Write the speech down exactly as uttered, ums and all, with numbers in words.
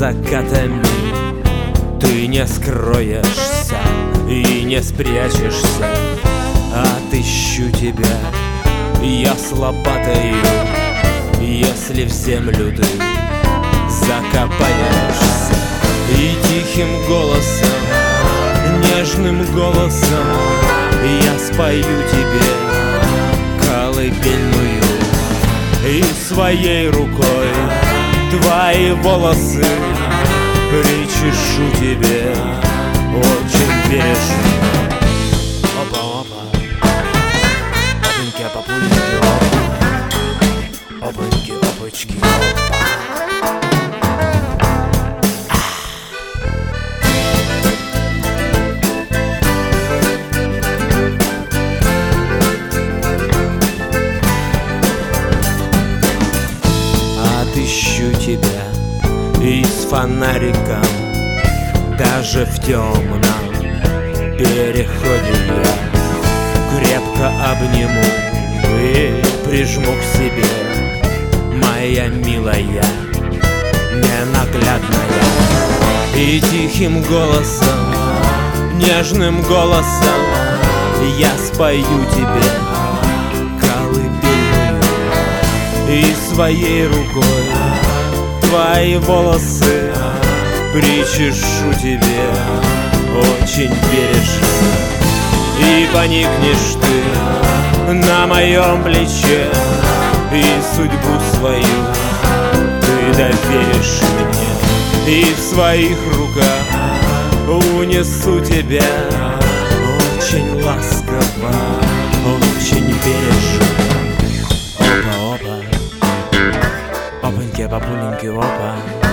закатами ты не скроешься и не спрячешься. Отыщу тебя я с лопатою, если в землю ты закопаешься. И тихим голосом, нежным голосом я спою тебе колыбельную, и своей рукой твои волосы причешу тебе очень бережно. Опа-опа, опаньки-опапульки, опа, опаньки-опачки, опа. Отыщу тебя и с фонариком даже в темном переходе я крепко обниму и прижму к себе, моя милая, ненаглядная. И тихим голосом, нежным голосом я спою тебе колыбельную, и своей рукой твои волосы причешу тебе очень бережно. И поникнешь ты на моем плече, и судьбу свою ты доверишь мне, и в своих руках унесу тебя очень ласково, очень бережно. Опа-опа, опаньки-папуленьки, опа.